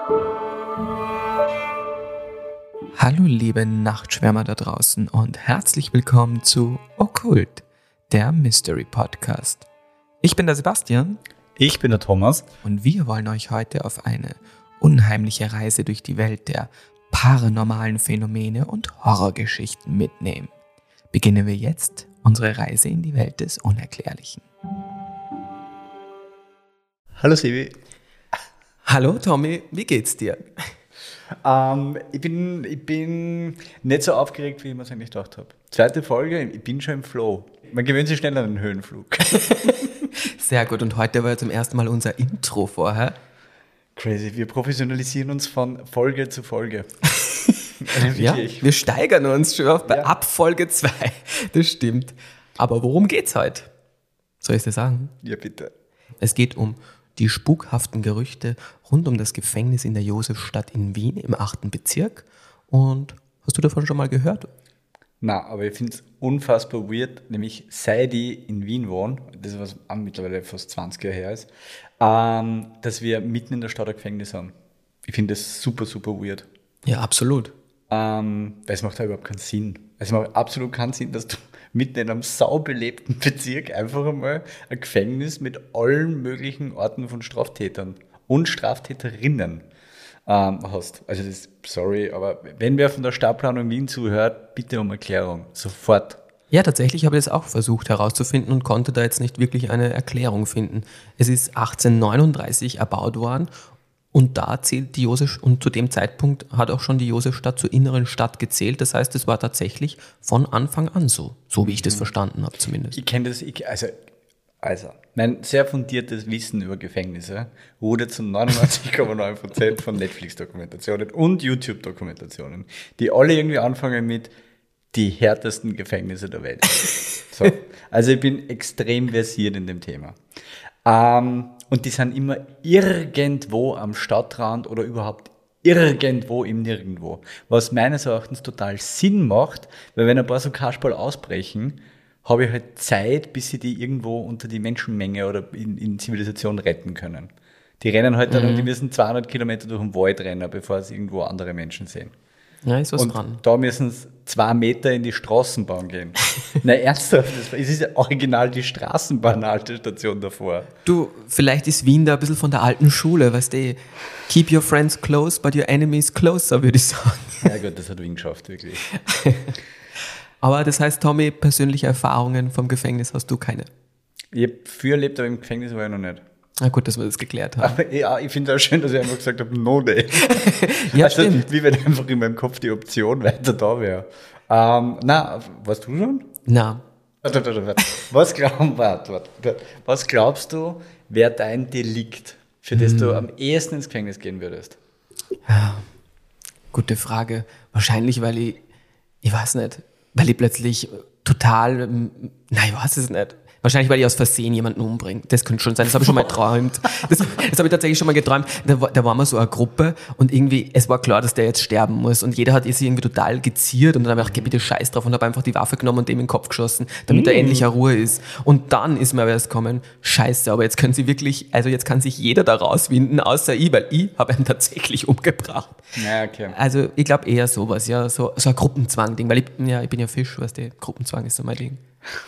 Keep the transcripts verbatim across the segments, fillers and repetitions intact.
Hallo liebe Nachtschwärmer da draußen und herzlich willkommen zu Okkult, der Mystery Podcast. Ich bin der Sebastian. Ich bin der Thomas. Und wir wollen euch heute auf eine unheimliche Reise durch die Welt der paranormalen Phänomene und Horrorgeschichten mitnehmen. Beginnen wir jetzt unsere Reise in die Welt des Unerklärlichen. Hallo Sebi. Hallo Tommy, wie geht's dir? Ähm, ich, bin, ich bin nicht so aufgeregt, wie ich mir es eigentlich gedacht habe. Zweite Folge, ich bin schon im Flow. Man gewöhnt sich schnell an den Höhenflug. Sehr gut, und heute war zum ersten Mal unser Intro vorher. Crazy, wir professionalisieren uns von Folge zu Folge. Ja, wir steigern uns schon auf bei ja. Ab Folge zwei. Das stimmt. Aber worum geht's heute? Soll ich dir sagen? Ja, bitte. Es geht um die spukhaften Gerüchte rund um das Gefängnis in der Josefstadt in Wien im achten Bezirk. Und hast du davon schon mal gehört? Na, aber ich finde es unfassbar weird, nämlich seit ich in Wien wohne, das was mittlerweile fast zwanzig Jahre her ist, ähm, dass wir mitten in der Stadt ein Gefängnis haben. Ich finde das super, super weird. Ja, absolut. Ähm, weil es macht ja überhaupt keinen Sinn. Es macht absolut keinen Sinn, dass du mitten in einem saubelebten Bezirk einfach einmal ein Gefängnis mit allen möglichen Arten von Straftätern und Straftäterinnen ähm, hast. Also das, sorry, aber wenn wer von der Stadtplanung Wien zuhört, bitte um Erklärung. Sofort. Ja, tatsächlich habe ich das auch versucht herauszufinden und konnte da jetzt nicht wirklich eine Erklärung finden. Es ist achtzehnhundertneununddreißig erbaut worden. Und da zählt die Josef, und zu dem Zeitpunkt hat auch schon die Josefstadt zur inneren Stadt gezählt. Das heißt, es war tatsächlich von Anfang an so, so wie ich das verstanden habe zumindest. Ich kenne das, ich, also, also, mein sehr fundiertes Wissen über Gefängnisse wurde zu neunundneunzig Komma neun Prozent von Netflix-Dokumentationen und YouTube-Dokumentationen, die alle irgendwie anfangen mit die härtesten Gefängnisse der Welt. So. Also ich bin extrem versiert in dem Thema. Ähm, und die sind immer irgendwo am Stadtrand oder überhaupt irgendwo im Nirgendwo. Was meines Erachtens total Sinn macht, weil wenn ein paar so Kasperl ausbrechen, habe ich halt Zeit, bis sie die irgendwo unter die Menschenmenge oder in, in Zivilisation retten können. Die rennen halt dann mhm. und die müssen zweihundert Kilometer durch den Wald rennen, bevor sie irgendwo andere Menschen sehen. Ja, ist was und dran. Da müssen sie zwei Meter in die Straßenbahn gehen. Na ernsthaft, es ist ja original die Straßenbahnhaltestation davor. Du, vielleicht ist Wien da ein bisschen von der alten Schule, weißt du, keep your friends close, but your enemies closer, würde ich sagen. Ja gut, das hat Wien geschafft, wirklich. Aber das heißt, Tommy, persönliche Erfahrungen vom Gefängnis hast du keine? Ich habe früher erlebt, aber im Gefängnis war ich noch nicht. Na gut, dass wir das geklärt haben. Aber ja, ich finde es auch schön, dass ich einfach gesagt habe, no day. Ja, also, stimmt. Wie wenn einfach in meinem Kopf die Option weiter da wäre. Ähm, na, warst du schon? Na. Warte, warte, warte. Was, glaub, warte, warte. Was glaubst du, wäre dein Delikt, für das hm. du am ehesten ins Gefängnis gehen würdest? Ja, gute Frage. Wahrscheinlich, weil ich, ich weiß nicht, weil ich plötzlich total, nein, ich weiß es nicht. Wahrscheinlich, weil ich aus Versehen jemanden umbringe. Das könnte schon sein. Das habe ich schon mal geträumt. Das, das habe ich tatsächlich schon mal geträumt. Da, da waren wir so eine Gruppe und irgendwie, es war klar, dass der jetzt sterben muss. Und jeder hat sich irgendwie total geziert und dann habe ich gedacht, geh bitte Scheiß drauf und habe einfach die Waffe genommen und dem in den Kopf geschossen, damit mm. er endlich eine Ruhe ist. Und dann ist mir aber erst gekommen, Scheiße, aber jetzt können sie wirklich, also jetzt kann sich jeder da rauswinden, außer ich, weil ich habe ihn tatsächlich umgebracht. Ja, okay. Also ich glaube eher sowas, ja, so, so ein Gruppenzwang-Ding, weil ich, ja, ich bin ja Fisch, weißt du, Gruppenzwang ist so mein Ding.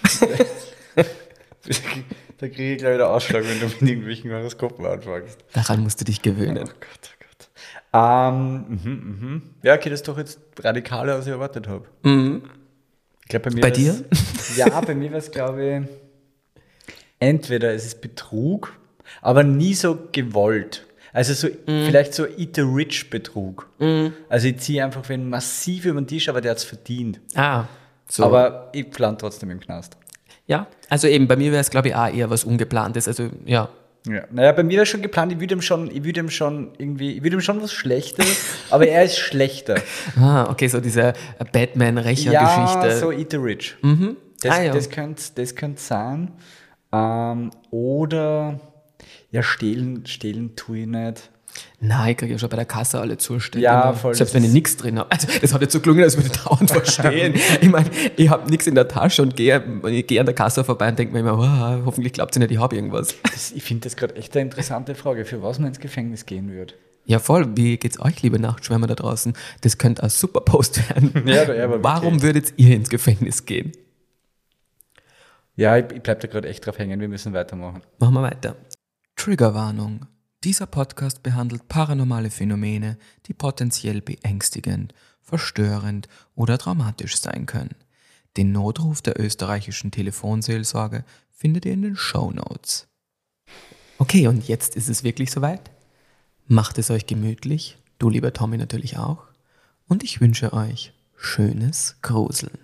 Da kriege ich gleich wieder Ausschlag, wenn du mit irgendwelchen Horoskopen anfängst. Daran musst du dich gewöhnen. Oh Gott, oh Gott. Ähm, mh, mh. Ja, okay, das ist doch jetzt radikaler, als ich erwartet habe. Mhm. Ich glaub, bei mir bei dir? Ja, bei mir war es, glaube ich, entweder es ist Betrug, aber nie so gewollt. Also so mm. vielleicht so Eat the Rich Betrug. Mm. Also ich ziehe einfach wen massiv über den Tisch, aber der hat es verdient. Ah, so. Aber ich plane trotzdem im Knast. Ja, also eben, bei mir wäre es, glaube ich, auch eher was Ungeplantes. Also, ja. Ja, naja, bei mir wäre schon geplant, ich würde ihm schon, ich würde ihm schon irgendwie, ich würde ihm schon was Schlechtes, aber er ist schlechter. Ah, okay, so diese Batman-Rächer-Geschichte. Ja, so Eat the Rich. Mhm. Das, ah, ja. das könnte das könnt sein. Ähm, oder, ja, stehlen, stehlen tue ich nicht. Nein, ich kriege ja schon bei der Kasse alle Zustände. Ja, voll. Selbst wenn ich nichts drin habe. Also, das hat jetzt so gelungen, als würde ich dauernd verstehen. Ich meine, ich habe nichts in der Tasche und gehe ich gehe an der Kasse vorbei und denke mir immer, oh, hoffentlich glaubt sie nicht, ich habe irgendwas. Das, ich finde das gerade echt eine interessante Frage, für was man ins Gefängnis gehen würde. Ja voll, wie geht's euch, liebe Nachtschwärmer da draußen? Das könnte ein super Post werden. Ja, aber, aber Warum wirklich. würdet ihr ins Gefängnis gehen? Ja, ich, ich bleib da gerade echt drauf hängen, wir müssen weitermachen. Machen wir weiter. Triggerwarnung. Dieser Podcast behandelt paranormale Phänomene, die potenziell beängstigend, verstörend oder traumatisch sein können. Den Notruf der österreichischen Telefonseelsorge findet ihr in den Shownotes. Okay, und jetzt ist es wirklich soweit. Macht es euch gemütlich, du lieber Tommy natürlich auch, und ich wünsche euch schönes Gruseln.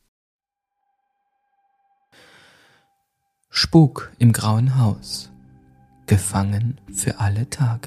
Spuk im Grauen Haus. Gefangen für alle Tage.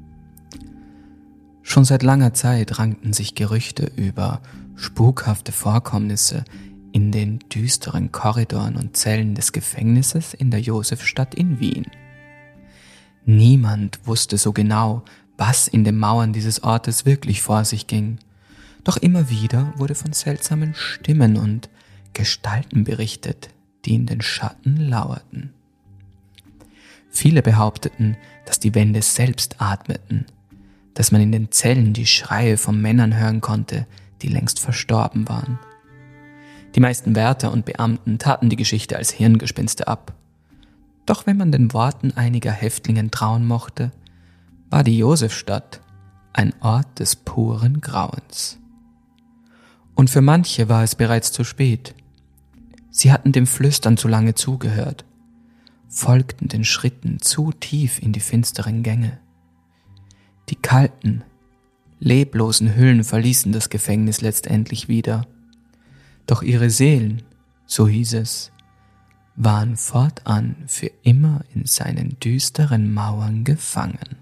Schon seit langer Zeit rankten sich Gerüchte über spukhafte Vorkommnisse in den düsteren Korridoren und Zellen des Gefängnisses in der Josefstadt in Wien. Niemand wusste so genau, was in den Mauern dieses Ortes wirklich vor sich ging. Doch immer wieder wurde von seltsamen Stimmen und Gestalten berichtet, die in den Schatten lauerten. Viele behaupteten, dass die Wände selbst atmeten, dass man in den Zellen die Schreie von Männern hören konnte, die längst verstorben waren. Die meisten Wärter und Beamten taten die Geschichte als Hirngespinste ab. Doch wenn man den Worten einiger Häftlingen trauen mochte, war die Josefstadt ein Ort des puren Grauens. Und für manche war es bereits zu spät. Sie hatten dem Flüstern zu lange zugehört, folgten den Schritten zu tief in die finsteren Gänge. Die kalten, leblosen Hüllen verließen das Gefängnis letztendlich wieder. Doch ihre Seelen, so hieß es, waren fortan für immer in seinen düsteren Mauern gefangen.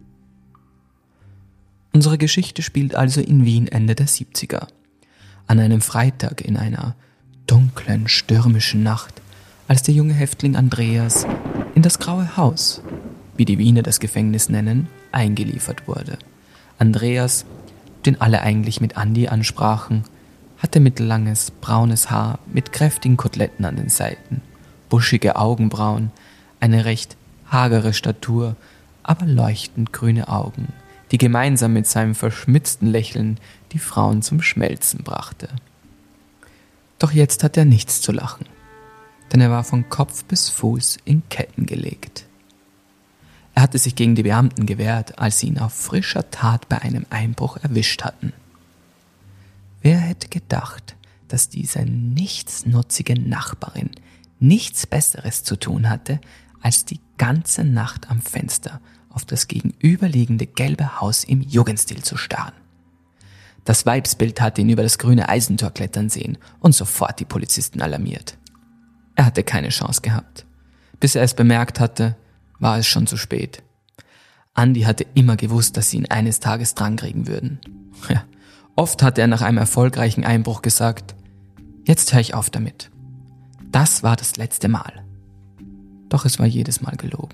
Unsere Geschichte spielt also in Wien Ende der siebziger. An einem Freitag in einer dunklen, stürmischen Nacht, als der junge Häftling Andreas in das Graue Haus, wie die Wiener das Gefängnis nennen, eingeliefert wurde. Andreas, den alle eigentlich mit Andi ansprachen, hatte mittellanges, braunes Haar mit kräftigen Koteletten an den Seiten, buschige Augenbrauen, eine recht hagere Statur, aber leuchtend grüne Augen, die gemeinsam mit seinem verschmitzten Lächeln die Frauen zum Schmelzen brachte. Doch jetzt hatte er nichts zu lachen, denn er war von Kopf bis Fuß in Ketten gelegt. Er hatte sich gegen die Beamten gewehrt, als sie ihn auf frischer Tat bei einem Einbruch erwischt hatten. Wer hätte gedacht, dass diese nichtsnutzige Nachbarin nichts Besseres zu tun hatte, als die ganze Nacht am Fenster auf das gegenüberliegende gelbe Haus im Jugendstil zu starren. Das Weibsbild hatte ihn über das grüne Eisentor klettern sehen und sofort die Polizisten alarmiert. Er hatte keine Chance gehabt. Bis er es bemerkt hatte, war es schon zu spät. Andi hatte immer gewusst, dass sie ihn eines Tages drankriegen würden. Ja, oft hatte er nach einem erfolgreichen Einbruch gesagt, jetzt höre ich auf damit. Das war das letzte Mal. Doch es war jedes Mal gelogen.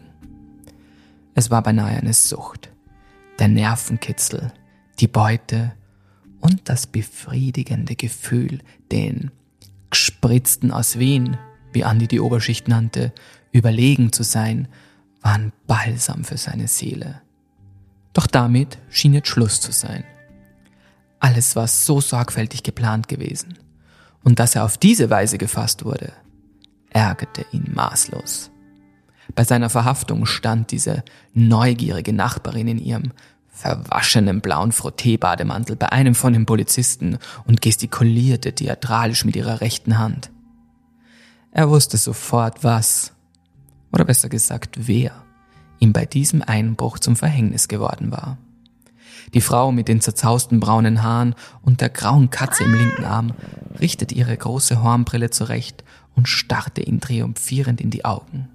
Es war beinahe eine Sucht. Der Nervenkitzel, die Beute und das befriedigende Gefühl, den Gespritzten aus Wien, wie Andi die Oberschicht nannte, überlegen zu sein, waren Balsam für seine Seele. Doch damit schien jetzt Schluss zu sein. Alles war so sorgfältig geplant gewesen. Und dass er auf diese Weise gefasst wurde, ärgerte ihn maßlos. Bei seiner Verhaftung stand diese neugierige Nachbarin in ihrem verwaschenen blauen Frotteebademantel bei einem von den Polizisten und gestikulierte theatralisch mit ihrer rechten Hand. Er wusste sofort, was, oder besser gesagt, wer ihm bei diesem Einbruch zum Verhängnis geworden war. Die Frau mit den zerzausten braunen Haaren und der grauen Katze im linken Arm richtete ihre große Hornbrille zurecht und starrte ihn triumphierend in die Augen.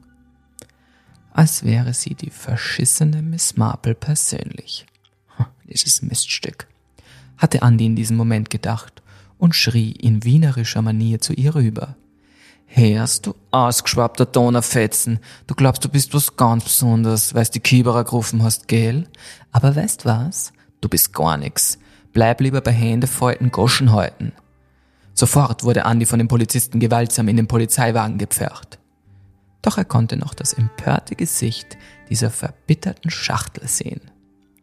Als wäre sie die verschissene Miss Marple persönlich. Dieses Miststück, hatte Andi in diesem Moment gedacht und schrie in wienerischer Manier zu ihr rüber. Hörst du, ausgeschwappter Donnerfetzen, du glaubst, du bist was ganz Besonderes, weil's die Kieberer gerufen hast, gell? Aber weißt was? Du bist gar nix. Bleib lieber bei Hände falten, Goschen halten. Sofort wurde Andi von den Polizisten gewaltsam in den Polizeiwagen gepfercht. Doch er konnte noch das empörte Gesicht dieser verbitterten Schachtel sehen.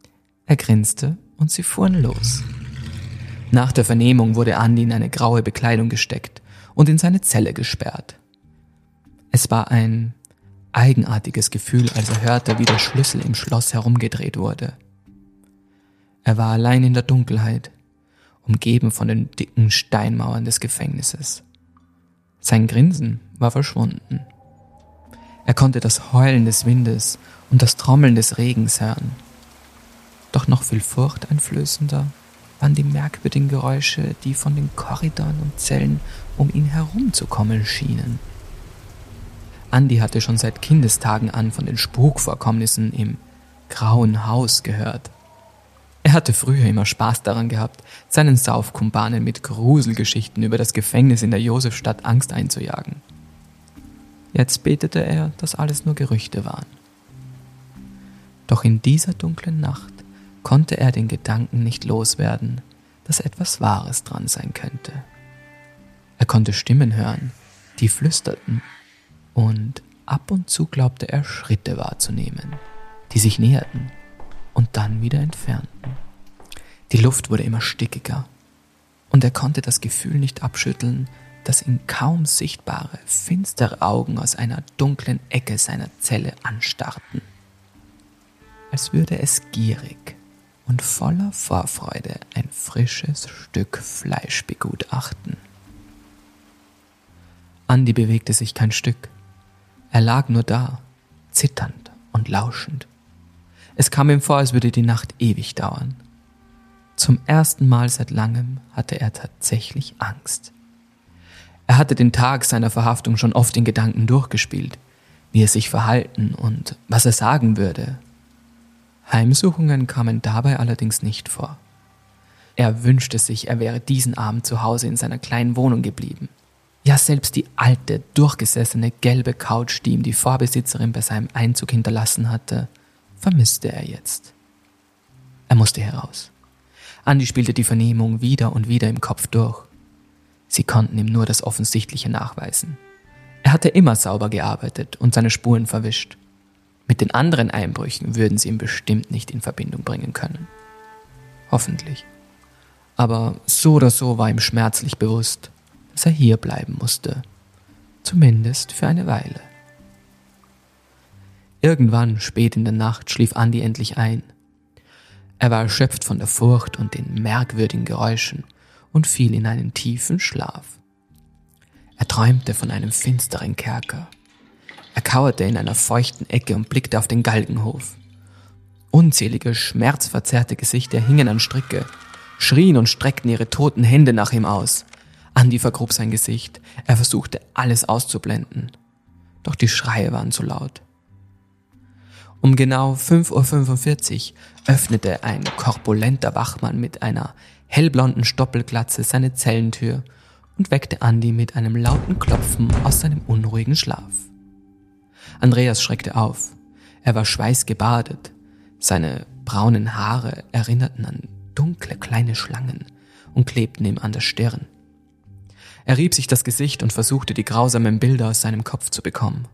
Er grinste und sie fuhren los. Nach der Vernehmung wurde Andi in eine graue Bekleidung gesteckt und in seine Zelle gesperrt. Es war ein eigenartiges Gefühl, als er hörte, wie der Schlüssel im Schloss herumgedreht wurde. Er war allein in der Dunkelheit, umgeben von den dicken Steinmauern des Gefängnisses. Sein Grinsen war verschwunden. Er konnte das Heulen des Windes und das Trommeln des Regens hören. Doch noch viel furchteinflößender waren die merkwürdigen Geräusche, die von den Korridoren und Zellen um ihn herum zu kommen schienen. Andi hatte schon seit Kindestagen an von den Spukvorkommnissen im Grauen Haus gehört. Er hatte früher immer Spaß daran gehabt, seinen Saufkumpanen mit Gruselgeschichten über das Gefängnis in der Josefstadt Angst einzujagen. Jetzt betete er, dass alles nur Gerüchte waren. Doch in dieser dunklen Nacht konnte er den Gedanken nicht loswerden, dass etwas Wahres dran sein könnte. Er konnte Stimmen hören, die flüsterten, und ab und zu glaubte er, Schritte wahrzunehmen, die sich näherten und dann wieder entfernten. Die Luft wurde immer stickiger, und er konnte das Gefühl nicht abschütteln, dass ihn kaum sichtbare, finstere Augen aus einer dunklen Ecke seiner Zelle anstarrten, als würde es gierig und voller Vorfreude ein frisches Stück Fleisch begutachten. Andi bewegte sich kein Stück. Er lag nur da, zitternd und lauschend. Es kam ihm vor, als würde die Nacht ewig dauern. Zum ersten Mal seit langem hatte er tatsächlich Angst. Er hatte den Tag seiner Verhaftung schon oft in Gedanken durchgespielt, wie er sich verhalten und was er sagen würde. Heimsuchungen kamen dabei allerdings nicht vor. Er wünschte sich, er wäre diesen Abend zu Hause in seiner kleinen Wohnung geblieben. Ja, selbst die alte, durchgesessene gelbe Couch, die ihm die Vorbesitzerin bei seinem Einzug hinterlassen hatte, vermisste er jetzt. Er musste heraus. Andi spielte die Vernehmung wieder und wieder im Kopf durch. Sie konnten ihm nur das Offensichtliche nachweisen. Er hatte immer sauber gearbeitet und seine Spuren verwischt. Mit den anderen Einbrüchen würden sie ihn bestimmt nicht in Verbindung bringen können. Hoffentlich. Aber so oder so war ihm schmerzlich bewusst, dass er hier bleiben musste. Zumindest für eine Weile. Irgendwann, spät in der Nacht, schlief Andi endlich ein. Er war erschöpft von der Furcht und den merkwürdigen Geräuschen und fiel in einen tiefen Schlaf. Er träumte von einem finsteren Kerker. Er kauerte in einer feuchten Ecke und blickte auf den Galgenhof. Unzählige, schmerzverzerrte Gesichter hingen an Stricke, schrien und streckten ihre toten Hände nach ihm aus. Andi vergrub sein Gesicht. Er versuchte, alles auszublenden. Doch die Schreie waren zu laut. Um genau fünf Uhr fünfundvierzig öffnete ein korpulenter Wachmann mit einer hellblonden Stoppelglatze seine Zellentür und weckte Andi mit einem lauten Klopfen aus seinem unruhigen Schlaf. Andreas schreckte auf. Er war schweißgebadet. Seine braunen Haare erinnerten an dunkle kleine Schlangen und klebten ihm an der Stirn. Er rieb sich das Gesicht und versuchte, die grausamen Bilder aus seinem Kopf zu bekommen.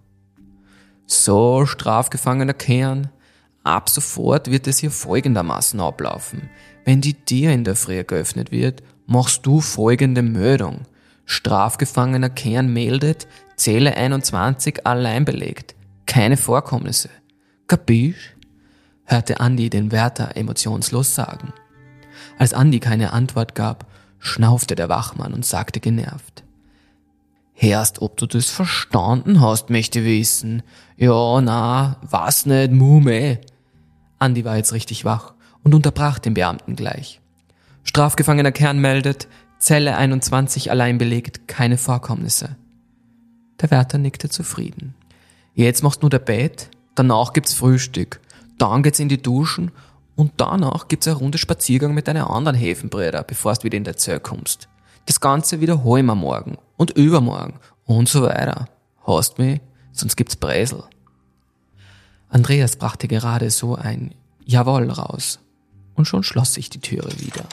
So, strafgefangener Kern, ab sofort wird es hier folgendermaßen ablaufen. Wenn die Tür in der Früh geöffnet wird, machst du folgende Meldung. Strafgefangener Kern meldet, Zelle einundzwanzig allein belegt. Keine Vorkommnisse. Kapisch? Hörte Andi den Wärter emotionslos sagen. Als Andi keine Antwort gab, schnaufte der Wachmann und sagte genervt: Hörst, ob du das verstanden hast, möchte wissen. Ja, na, was nicht, Mume. Andi war jetzt richtig wach und unterbrach den Beamten gleich. Strafgefangener Kern meldet, Zelle einundzwanzig allein belegt, keine Vorkommnisse. Der Wärter nickte zufrieden. Jetzt machst du nur der Bett, danach gibt's Frühstück, dann geht's in die Duschen und danach gibt's eine Runde Spaziergang mit deinen anderen Häfenbrüder, bevor du wieder in der Zelle kommst. Das Ganze wiederholen wir morgen und übermorgen und so weiter. Hast mich, sonst gibt's Bresel. Andreas brachte gerade so ein Jawohl raus und schon schloss sich die Türe wieder.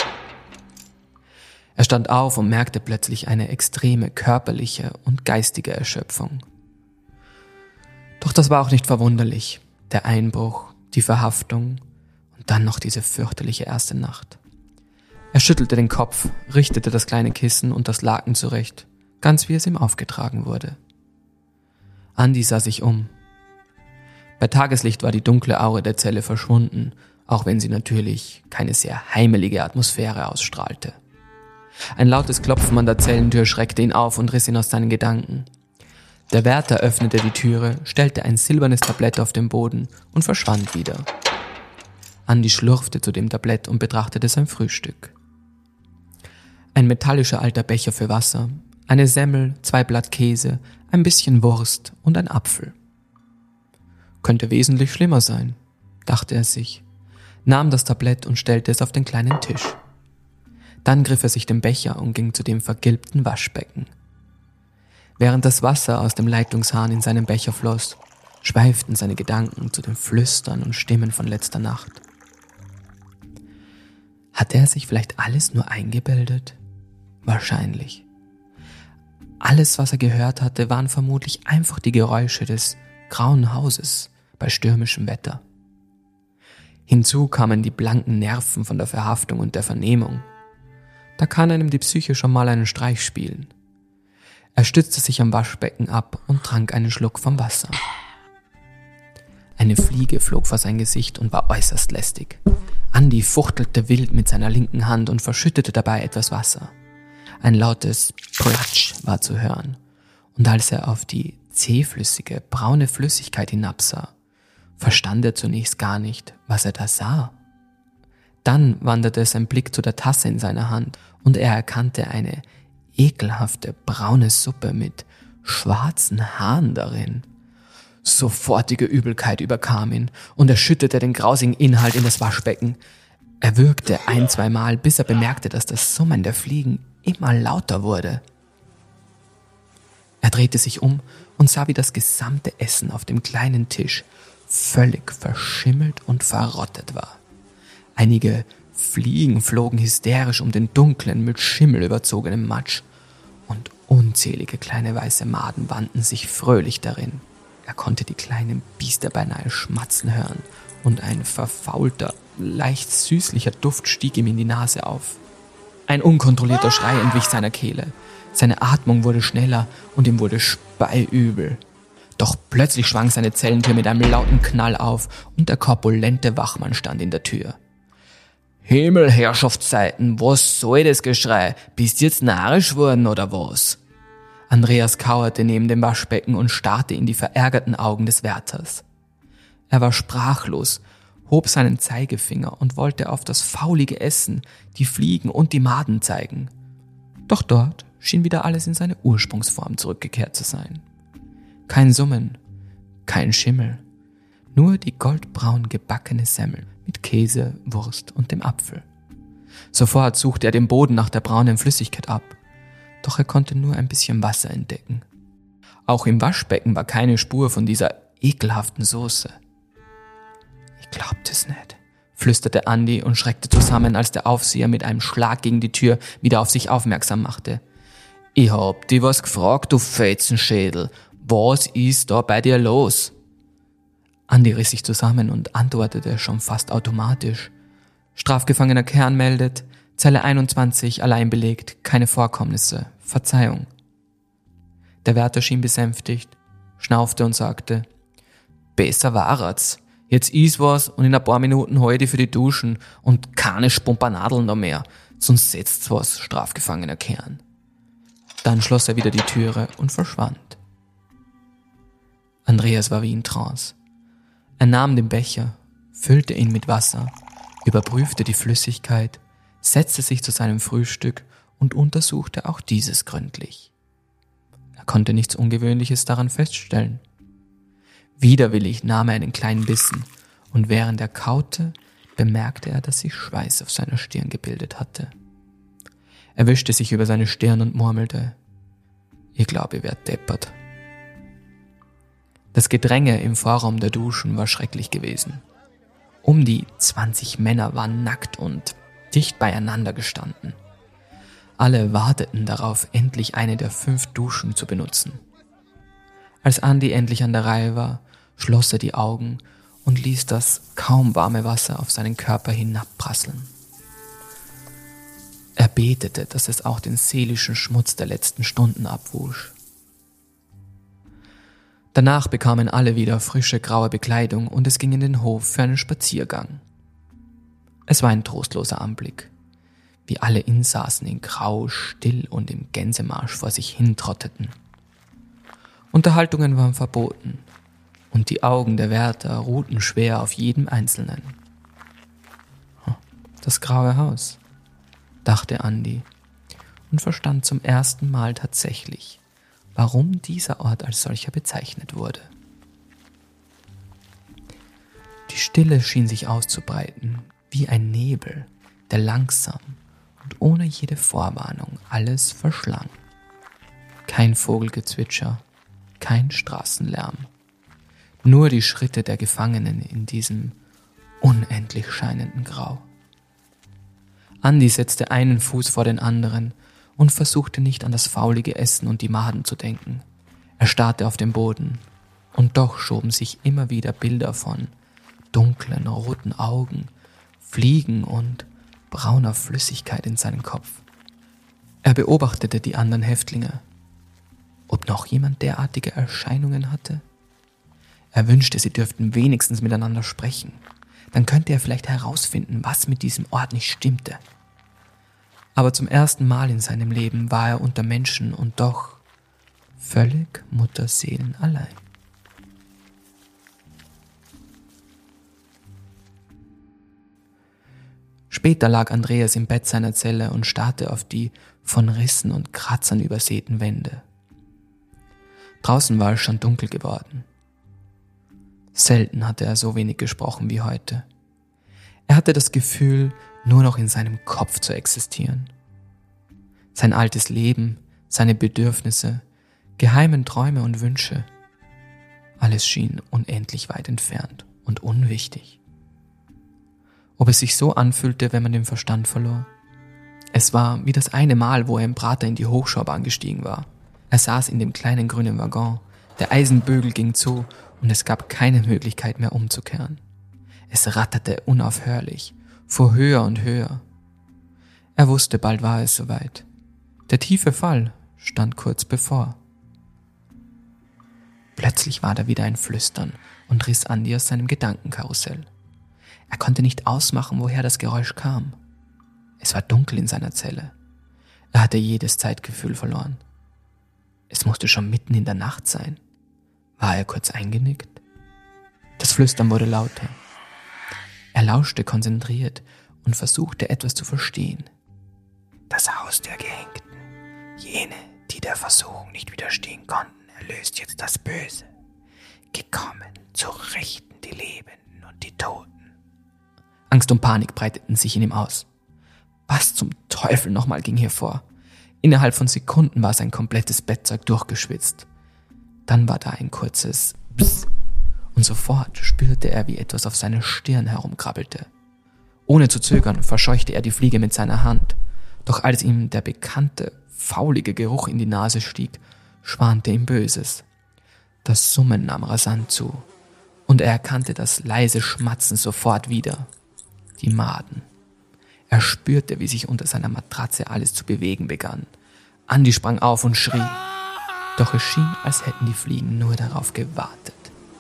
Er stand auf und merkte plötzlich eine extreme körperliche und geistige Erschöpfung. Doch das war auch nicht verwunderlich. Der Einbruch, die Verhaftung Und dann noch diese fürchterliche erste Nacht. Er schüttelte den Kopf, richtete das kleine Kissen und das Laken zurecht, ganz wie es ihm aufgetragen wurde. Andi sah sich um. Bei Tageslicht war die dunkle Aure der Zelle verschwunden, auch wenn sie natürlich keine sehr heimelige Atmosphäre ausstrahlte. Ein lautes Klopfen an der Zellentür schreckte ihn auf und riss ihn aus seinen Gedanken. Der Wärter öffnete die Türe, stellte ein silbernes Tablett auf den Boden und verschwand wieder. Andi schlurfte zu dem Tablett und betrachtete sein Frühstück. Ein metallischer alter Becher für Wasser, eine Semmel, zwei Blatt Käse, ein bisschen Wurst und ein Apfel. Könnte wesentlich schlimmer sein, dachte er sich, nahm das Tablett und stellte es auf den kleinen Tisch. Dann griff er sich den Becher und ging zu dem vergilbten Waschbecken. Während das Wasser aus dem Leitungshahn in seinen Becher floss, schweiften seine Gedanken zu den Flüstern und Stimmen von letzter Nacht. Hatte er sich vielleicht alles nur eingebildet? Wahrscheinlich. Alles, was er gehört hatte, waren vermutlich einfach die Geräusche des grauen Hauses bei stürmischem Wetter. Hinzu kamen die blanken Nerven von der Verhaftung und der Vernehmung. Da kann einem die Psyche schon mal einen Streich spielen. Er stützte sich am Waschbecken ab und trank einen Schluck vom Wasser. Eine Fliege flog vor sein Gesicht und war äußerst lästig. Andi fuchtelte wild mit seiner linken Hand und verschüttete dabei etwas Wasser. Ein lautes Platsch war zu hören. Und als er auf die zähflüssige, braune Flüssigkeit hinabsah, verstand er zunächst gar nicht, was er da sah. Dann wanderte sein Blick zu der Tasse in seiner Hand und er erkannte eine ekelhafte braune Suppe mit schwarzen Haaren darin. Sofortige Übelkeit überkam ihn und er schüttete den grausigen Inhalt in das Waschbecken. Er würgte ein-, zweimal, bis er bemerkte, dass das Summen der Fliegen immer lauter wurde. Er drehte sich um und sah, wie das gesamte Essen auf dem kleinen Tisch völlig verschimmelt und verrottet war. Einige Fliegen flogen hysterisch um den dunklen, mit Schimmel überzogenen Matsch und unzählige kleine weiße Maden wanden sich fröhlich darin. Er konnte die kleinen Biester beinahe schmatzen hören und ein verfaulter, leicht süßlicher Duft stieg ihm in die Nase auf. Ein unkontrollierter Schrei entwich seiner Kehle. Seine Atmung wurde schneller und ihm wurde speiübel. Doch plötzlich schwang seine Zellentür mit einem lauten Knall auf und der korpulente Wachmann stand in der Tür. »Himmel, Herrschaftszeiten, was soll das Geschrei? Bist du jetzt narrisch worden oder was?« Andreas kauerte neben dem Waschbecken und starrte in die verärgerten Augen des Wärters. Er war sprachlos, hob seinen Zeigefinger und wollte auf das faulige Essen, die Fliegen und die Maden zeigen. Doch dort schien wieder alles in seine Ursprungsform zurückgekehrt zu sein. Kein Summen, kein Schimmel, nur die goldbraun gebackene Semmel mit Käse, Wurst und dem Apfel. Sofort suchte er den Boden nach der braunen Flüssigkeit ab, doch er konnte nur ein bisschen Wasser entdecken. Auch im Waschbecken war keine Spur von dieser ekelhaften Soße. »Ich glaubte es nicht«, flüsterte Andi und schreckte zusammen, als der Aufseher mit einem Schlag gegen die Tür wieder auf sich aufmerksam machte. »Ich hab dich was gefragt, du Fetzenschädel. Was ist da bei dir los?« Andi riss sich zusammen und antwortete schon fast automatisch. »Strafgefangener Kern meldet, Zelle einundzwanzig, allein belegt, keine Vorkommnisse, Verzeihung.« Der Wärter schien besänftigt, schnaufte und sagte, »Besser war's. Jetzt ist was und in ein paar Minuten hol ich dich für die Duschen und keine Spumpernadeln noch mehr, sonst setzt's was, strafgefangener Kern.« Dann schloss er wieder die Türe und verschwand. Andreas war wie in Trance. Er nahm den Becher, füllte ihn mit Wasser, überprüfte die Flüssigkeit, setzte sich zu seinem Frühstück und untersuchte auch dieses gründlich. Er konnte nichts Ungewöhnliches daran feststellen. Widerwillig nahm er einen kleinen Bissen und während er kaute, bemerkte er, dass sich Schweiß auf seiner Stirn gebildet hatte. Er wischte sich über seine Stirn und murmelte, »Ich glaube, ich werd deppert.« Das Gedränge im Vorraum der Duschen war schrecklich gewesen. Um die zwanzig Männer waren nackt und dicht beieinander gestanden. Alle warteten darauf, endlich eine der fünf Duschen zu benutzen. Als Andi endlich an der Reihe war, schloss er die Augen und ließ das kaum warme Wasser auf seinen Körper hinabprasseln. Er betete, dass es auch den seelischen Schmutz der letzten Stunden abwusch. Danach bekamen alle wieder frische graue Bekleidung und es ging in den Hof für einen Spaziergang. Es war ein trostloser Anblick, wie alle Insassen in Grau still und im Gänsemarsch vor sich hintrotteten. Unterhaltungen waren verboten und die Augen der Wärter ruhten schwer auf jedem Einzelnen. Das graue Haus, dachte Andi und verstand zum ersten Mal tatsächlich, warum dieser Ort als solcher bezeichnet wurde. Die Stille schien sich auszubreiten, wie ein Nebel, der langsam und ohne jede Vorwarnung alles verschlang. Kein Vogelgezwitscher, kein Straßenlärm, nur die Schritte der Gefangenen in diesem unendlich scheinenden Grau. Andi setzte einen Fuß vor den anderen und versuchte nicht an das faulige Essen und die Maden zu denken. Er starrte auf den Boden, und doch schoben sich immer wieder Bilder von dunklen, roten Augen, Fliegen und brauner Flüssigkeit in seinen Kopf. Er beobachtete die anderen Häftlinge. Ob noch jemand derartige Erscheinungen hatte? Er wünschte, sie dürften wenigstens miteinander sprechen. Dann könnte er vielleicht herausfinden, was mit diesem Ort nicht stimmte. Aber zum ersten Mal in seinem Leben war er unter Menschen und doch völlig mutterseelenallein. Später lag Andreas im Bett seiner Zelle und starrte auf die von Rissen und Kratzern übersäten Wände. Draußen war es schon dunkel geworden. Selten hatte er so wenig gesprochen wie heute. Er hatte das Gefühl, nur noch in seinem Kopf zu existieren. Sein altes Leben, seine Bedürfnisse, geheimen Träume und Wünsche, alles schien unendlich weit entfernt und unwichtig. Ob es sich so anfühlte, wenn man den Verstand verlor? Es war wie das eine Mal, wo er im Prater in die Hochschaubahn gestiegen war. Er saß in dem kleinen grünen Waggon, der Eisenbögel ging zu und es gab keine Möglichkeit mehr umzukehren. Es ratterte unaufhörlich, fuhr höher und höher. Er wusste, bald war es soweit. Der tiefe Fall stand kurz bevor. Plötzlich war da wieder ein Flüstern und riss Andi aus seinem Gedankenkarussell. Er konnte nicht ausmachen, woher das Geräusch kam. Es war dunkel in seiner Zelle. Er hatte jedes Zeitgefühl verloren. Es musste schon mitten in der Nacht sein. War er kurz eingenickt? Das Flüstern wurde lauter. Er lauschte konzentriert und versuchte etwas zu verstehen. Das Haus der Gehängten, jene, die der Versuchung nicht widerstehen konnten, erlöst jetzt das Böse. Gekommen, zu richten die Lebenden und die Toten. Angst und Panik breiteten sich in ihm aus. Was zum Teufel nochmal ging hier vor? Innerhalb von Sekunden war sein komplettes Bettzeug durchgeschwitzt. Dann war da ein kurzes Psst und sofort spürte er, wie etwas auf seiner Stirn herumkrabbelte. Ohne zu zögern verscheuchte er die Fliege mit seiner Hand. Doch als ihm der bekannte, faulige Geruch in die Nase stieg, schwante ihm Böses. Das Summen nahm rasant zu und er erkannte das leise Schmatzen sofort wieder. Die Maden. Er spürte, wie sich unter seiner Matratze alles zu bewegen begann. Andi sprang auf und schrie. Doch es schien, als hätten die Fliegen nur darauf gewartet.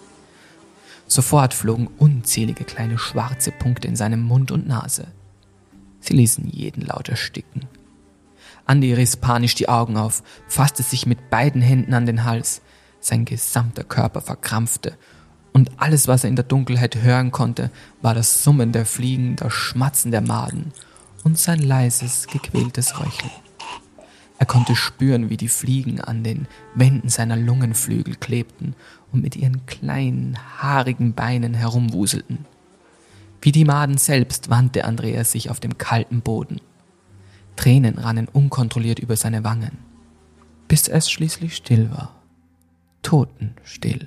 Sofort flogen unzählige kleine schwarze Punkte in seinem Mund und Nase. Sie ließen jeden Laut ersticken. Andi riss panisch die Augen auf, fasste sich mit beiden Händen an den Hals. Sein gesamter Körper verkrampfte. Und alles, was er in der Dunkelheit hören konnte, war das Summen der Fliegen, das Schmatzen der Maden und sein leises, gequältes Röcheln. Er konnte spüren, wie die Fliegen an den Wänden seiner Lungenflügel klebten und mit ihren kleinen, haarigen Beinen herumwuselten. Wie die Maden selbst wandte Andreas sich auf dem kalten Boden. Tränen rannen unkontrolliert über seine Wangen, bis es schließlich still war. Totenstill.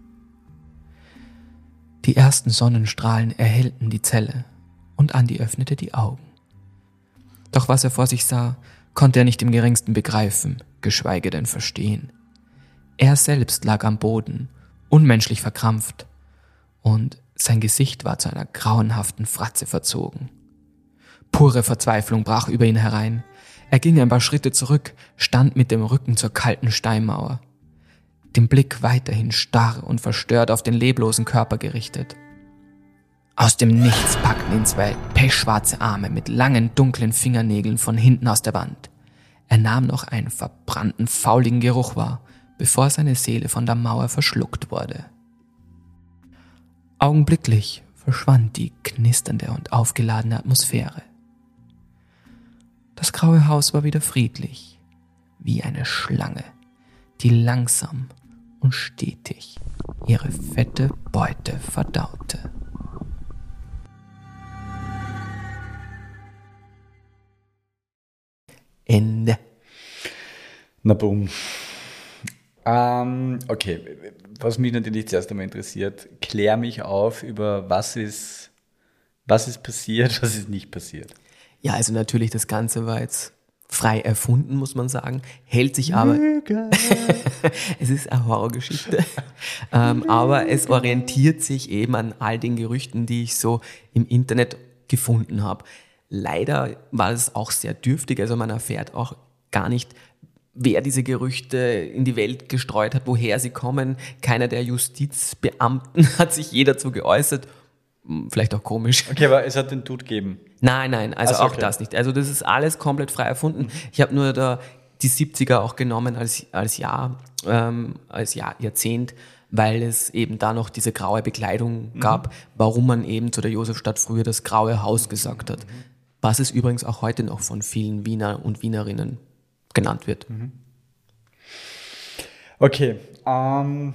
Die ersten Sonnenstrahlen erhellten die Zelle und Andi öffnete die Augen. Doch was er vor sich sah, konnte er nicht im geringsten begreifen, geschweige denn verstehen. Er selbst lag am Boden, unmenschlich verkrampft, und sein Gesicht war zu einer grauenhaften Fratze verzogen. Pure Verzweiflung brach über ihn herein. Er ging ein paar Schritte zurück, stand mit dem Rücken zur kalten Steinmauer, den Blick weiterhin starr und verstört auf den leblosen Körper gerichtet. Aus dem Nichts packten ihn zwei pechschwarze Arme mit langen, dunklen Fingernägeln von hinten aus der Wand. Er nahm noch einen verbrannten, fauligen Geruch wahr, bevor seine Seele von der Mauer verschluckt wurde. Augenblicklich verschwand die knisternde und aufgeladene Atmosphäre. Das graue Haus war wieder friedlich, wie eine Schlange, die langsam und stetig ihre fette Beute verdaute. Ende. Na boom. Ähm, okay, was mich natürlich zuerst einmal interessiert, klär mich auf über was ist, was ist passiert, was ist nicht passiert. Ja, also natürlich, das Ganze war jetzt frei erfunden, muss man sagen, hält sich aber... Es ist eine Horrorgeschichte, ähm, aber es orientiert sich eben an all den Gerüchten, die ich so im Internet gefunden habe. Leider war es auch sehr dürftig, also man erfährt auch gar nicht, wer diese Gerüchte in die Welt gestreut hat, woher sie kommen. Keiner der Justizbeamten hat sich je dazu geäußert. Vielleicht auch komisch. Okay, aber es hat den Dude gegeben. Nein, nein, also Ach so, auch okay. das nicht. Also das ist alles komplett frei erfunden. Ich habe nur da die siebziger auch genommen als, als Jahr, ähm, als Jahr, Jahrzehnt, weil es eben da noch diese graue Bekleidung gab, mhm. warum man eben zu der Josefstadt früher das graue Haus gesagt hat. Mhm. Was es übrigens auch heute noch von vielen Wiener und Wienerinnen genannt wird. Mhm. Okay, ähm,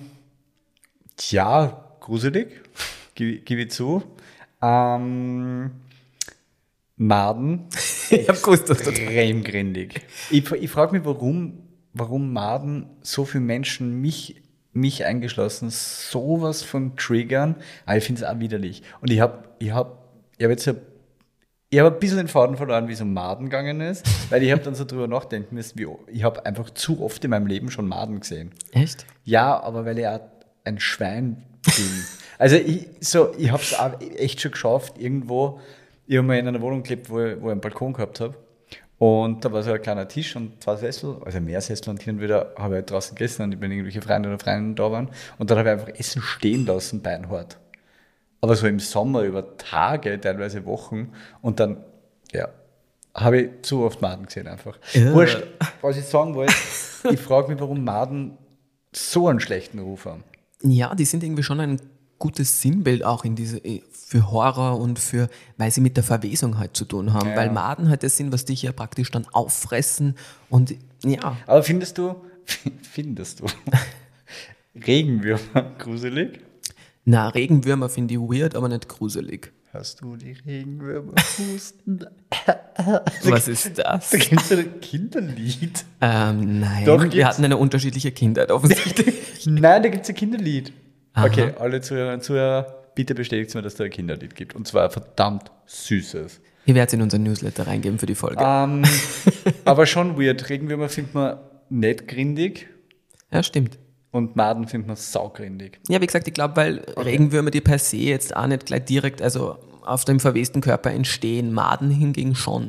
tja, gruselig, gebe gib ich zu. Ähm, Maden, ich habe gewusst, dass das extrem grindig. Ich, ich frage mich, warum, warum Maden so viele Menschen, mich, mich eingeschlossen, sowas von triggern, aber ich finde es auch widerlich. Und ich habe ich hab, ich hab jetzt ja Ich habe ein bisschen den Faden verloren, wie es um Maden gegangen ist, weil ich habe dann so drüber nachdenken müssen, wie, ich habe einfach zu oft in meinem Leben schon Maden gesehen. Echt? Ja, aber weil ich auch ein Schwein bin. Also ich, so, ich habe es auch echt schon geschafft, irgendwo, ich habe mal in einer Wohnung gelebt, wo ich, wo ich einen Balkon gehabt habe und da war so ein kleiner Tisch und zwei Sessel, also mehr Sessel und hin und wieder habe ich halt draußen gegessen und ich bin irgendwelche Freunde oder Freundinnen da waren und dann habe ich einfach Essen stehen lassen, beinhart. Aber so im Sommer über Tage, teilweise Wochen und dann, ja, habe ich zu oft Maden gesehen einfach. Ja. Wurscht, was ich sagen wollte, ich frage mich, warum Maden so einen schlechten Ruf haben. Ja, die sind irgendwie schon ein gutes Sinnbild auch in diese, für Horror und für, weil sie mit der Verwesung halt zu tun haben. Ja. Weil Maden halt das sind, was dich ja praktisch dann auffressen und ja. Aber findest du, findest du Regenwürmer gruselig? Na, Regenwürmer finde ich weird, aber nicht gruselig. Hast du die Regenwürmer husten? Was ist das? Da gibt es ein Kinderlied. Ähm, nein, Doch, wir gibt's. hatten eine unterschiedliche Kindheit offensichtlich. Nein, da gibt es ein Kinderlied. Aha. Okay, alle Zuhörer und Zuhörer, bitte bestätigt mir, dass da ein Kinderlied gibt. Und zwar ein verdammt süßes. Ich werde es in unseren Newsletter reingeben für die Folge. Ähm, aber schon weird. Regenwürmer findet man nicht grindig Ja, stimmt. und Maden findet man saugrindig. Ja, wie gesagt, ich glaube, weil Regenwürmer, die per se jetzt auch nicht gleich direkt, also auf dem verwesten Körper entstehen, Maden hingegen schon.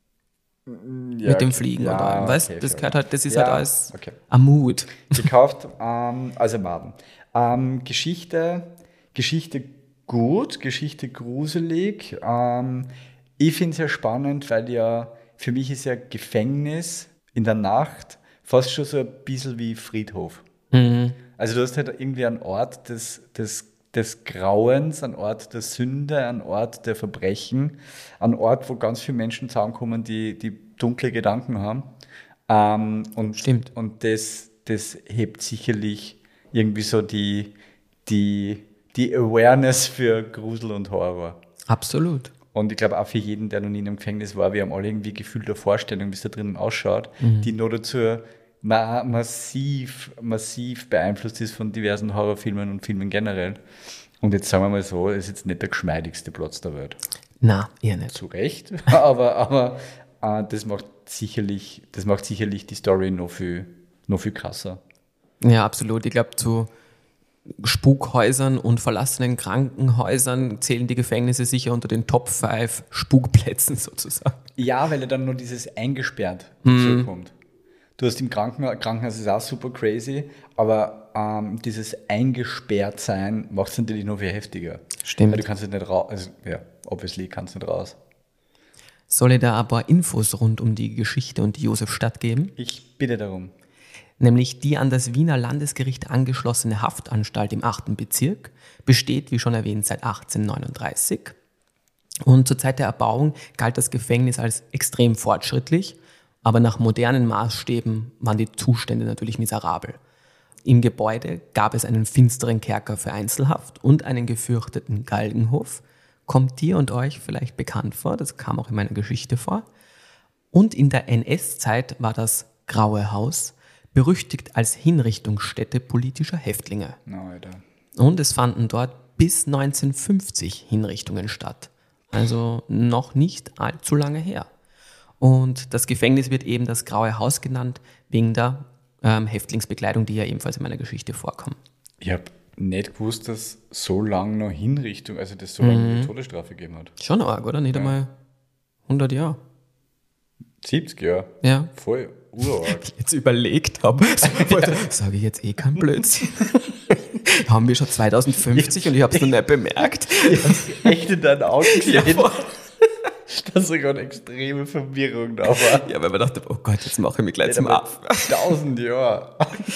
Ja, mit dem okay. Fliegen Ja, oder allem. Weißt okay, das fair gehört halt, das ist Ja, halt alles okay. ein Mut. Gekauft, ähm, also Maden. Ähm, Geschichte, Geschichte gut, Geschichte gruselig. Ähm, ich finde es ja spannend, weil ja, für mich ist ja Gefängnis in der Nacht fast schon so ein bisschen wie Friedhof. Mhm. Also du hast halt irgendwie einen Ort des, des, des Grauens, einen Ort der Sünde, einen Ort der Verbrechen, einen Ort, wo ganz viele Menschen zusammenkommen, die, die dunkle Gedanken haben. Ähm, und Stimmt. Und das, das hebt sicherlich irgendwie so die, die, die Awareness für Grusel und Horror. Absolut. Und ich glaube auch für jeden, der noch nie in einem Gefängnis war, wir haben alle irgendwie gefühlte Vorstellung, wie es da drinnen ausschaut, mhm. die nur dazu ma- massiv, massiv beeinflusst ist von diversen Horrorfilmen und Filmen generell. Und jetzt sagen wir mal so, es ist jetzt nicht der geschmeidigste Platz der Welt. Na, eher nicht. Zu Recht, aber, aber äh, das macht sicherlich, das macht sicherlich die Story noch viel, noch viel krasser. Ja, absolut. Ich glaube, zu Spukhäusern und verlassenen Krankenhäusern zählen die Gefängnisse sicher unter den Top fünf Spukplätzen sozusagen. Ja, weil ja dann nur dieses eingesperrt dazu kommt. Du hast im Krankenhaus, Krankenhaus ist auch super crazy, aber ähm, dieses Eingesperrtsein macht es natürlich noch viel heftiger. Stimmt. Weil du kannst nicht raus, also ja, obviously kannst du nicht raus. Soll ich da ein paar Infos rund um die Geschichte und die Josefstadt geben? Ich bitte darum. Nämlich die an das Wiener Landesgericht angeschlossene Haftanstalt im achten Bezirk besteht, wie schon erwähnt, seit achtzehnhundertneununddreißig. Und zur Zeit der Erbauung galt das Gefängnis als extrem fortschrittlich, aber nach modernen Maßstäben waren die Zustände natürlich miserabel. Im Gebäude gab es einen finsteren Kerker für Einzelhaft und einen gefürchteten Galgenhof. Kommt dir und euch vielleicht bekannt vor, das kam auch in meiner Geschichte vor. Und in der N S-Zeit war das Graue Haus berüchtigt als Hinrichtungsstätte politischer Häftlinge. Na, Alter. Und es fanden dort bis neunzehnhundertfünfzig Hinrichtungen statt. Also noch nicht allzu lange her. Und das Gefängnis wird eben das Graue Haus genannt, wegen der ähm, Häftlingsbekleidung, die ja ebenfalls in meiner Geschichte vorkommt. Ich habe nicht gewusst, dass so lange noch Hinrichtung, also dass so lange mhm. Todesstrafe gegeben hat. Schon arg, oder? Nicht ja. einmal hundert Jahre. siebzig Jahre? Ja. Voll urarg. Ich jetzt überlegt habe, sage ich jetzt eh kein Blödsinn. Haben wir schon zweitausendfünfzig und ich habe es noch nicht bemerkt. Ich habe echt in deinen Augen gesehen. Ja, dass sogar eine extreme Verwirrung da war. Ja, weil man dachte, oh Gott, jetzt mache ich mich gleich zum Affen. Tausend Jahre.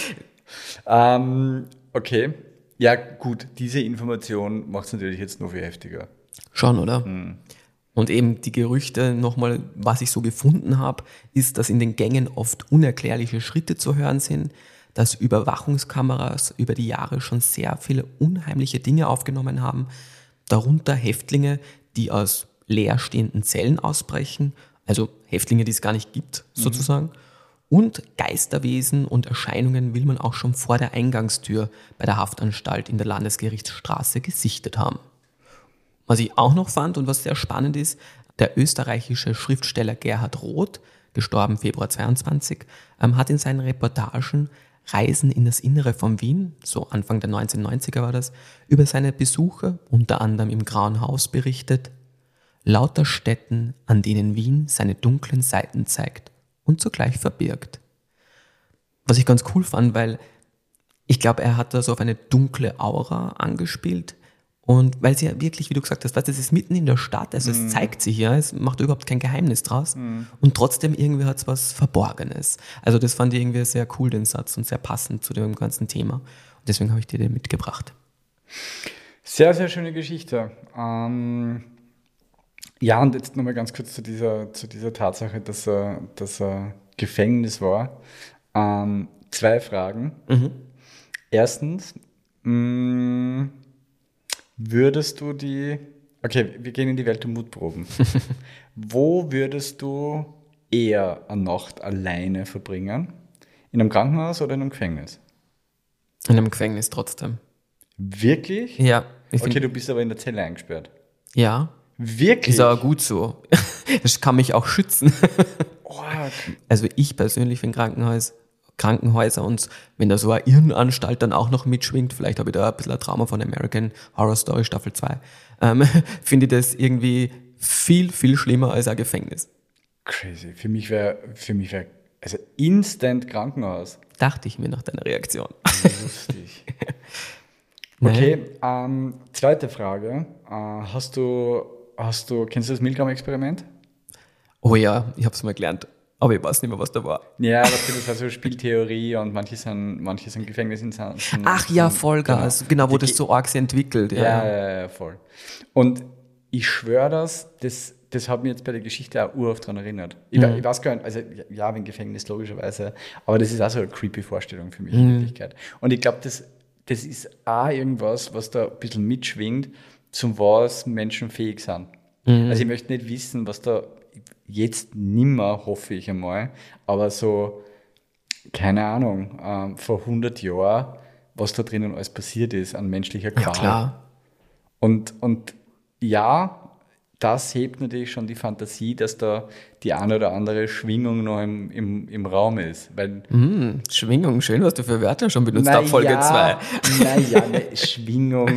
ähm, okay. Ja, gut, diese Information macht es natürlich jetzt noch viel heftiger. Schon, oder? Hm. Und eben die Gerüchte, nochmal, was ich so gefunden habe, ist, dass in den Gängen oft unerklärliche Schritte zu hören sind, dass Überwachungskameras über die Jahre schon sehr viele unheimliche Dinge aufgenommen haben, darunter Häftlinge, die aus leerstehenden Zellen ausbrechen, also Häftlinge, die es gar nicht gibt, sozusagen. Mhm. Und Geisterwesen und Erscheinungen will man auch schon vor der Eingangstür bei der Haftanstalt in der Landesgerichtsstraße gesichtet haben. Was ich auch noch fand und was sehr spannend ist, der österreichische Schriftsteller Gerhard Roth, gestorben Februar zweiundzwanzig, ähm, hat in seinen Reportagen Reisen in das Innere von Wien, so Anfang der neunzehnhundertneunziger war das, über seine Besuche, unter anderem im Grauen Haus, berichtet. Lauter Stätten, an denen Wien seine dunklen Seiten zeigt und zugleich verbirgt. Was ich ganz cool fand, weil ich glaube, er hat da so auf eine dunkle Aura angespielt. Und weil sie ja wirklich, wie du gesagt hast, weißt, es ist mitten in der Stadt, also mm. es zeigt sich ja, es macht überhaupt kein Geheimnis draus. Mm. Und trotzdem irgendwie hat es was Verborgenes. Also das fand ich irgendwie sehr cool, den Satz, und sehr passend zu dem ganzen Thema. Und deswegen habe ich dir den mitgebracht. Sehr, sehr schöne Geschichte. Ähm, ja, und jetzt nochmal ganz kurz zu dieser, zu dieser Tatsache, dass er, dass er Gefängnis war. Ähm, zwei Fragen. Mhm. Erstens, mh, würdest du die, okay, wir gehen in die Welt der Mutproben. Wo würdest du eher eine Nacht alleine verbringen? In einem Krankenhaus oder in einem Gefängnis? In einem Gefängnis trotzdem. Wirklich? Ja. Okay, du bist aber in der Zelle eingesperrt. Ja. Wirklich? Ist aber gut so. Das kann mich auch schützen. Oh. Also ich persönlich finde Krankenhaus, Krankenhäuser, und wenn da so eine Irrenanstalt dann auch noch mitschwingt, vielleicht habe ich da ein bisschen ein Trauma von American Horror Story Staffel zwei, ähm, finde ich das irgendwie viel, viel schlimmer als ein Gefängnis. Crazy. Für mich wäre, für mich wäre, also instant Krankenhaus. Dachte ich mir nach deiner Reaktion. Lustig. Okay, ähm, zweite Frage. Äh, hast du, hast du, kennst du das Milgram-Experiment? Oh ja, ich habe es mal gelernt. Aber ich weiß nicht mehr, was da war. Ja, das war so Spieltheorie und manche sind, manche sind Gefängnisinsassen. Ach ja, Vollgas. Genau, genau wo die, das so arg sich entwickelt. Ja, ja, ja, ja, voll. Und ich schwöre das, das, das hat mich jetzt bei der Geschichte auch urhaft daran erinnert. Ich, mhm. ich weiß gar nicht, also ja, wegen Gefängnis logischerweise, aber das ist auch so eine creepy Vorstellung für mich mhm. in Wirklichkeit. Und ich glaube, das, das ist auch irgendwas, was da ein bisschen mitschwingt, zum was Menschen fähig sind. Mhm. Also ich möchte nicht wissen, was da jetzt nimmer, hoffe ich einmal, aber so, keine Ahnung, ähm, vor hundert Jahren, was da drinnen alles passiert ist an menschlicher Qual. Ja, klar. Und, und ja, das hebt natürlich schon die Fantasie, dass da die eine oder andere Schwingung noch im, im, im Raum ist. Weil, mm, Schwingung, schön, was du für Wörter schon benutzt hast, Folge zwei. Naja, ne, Schwingung,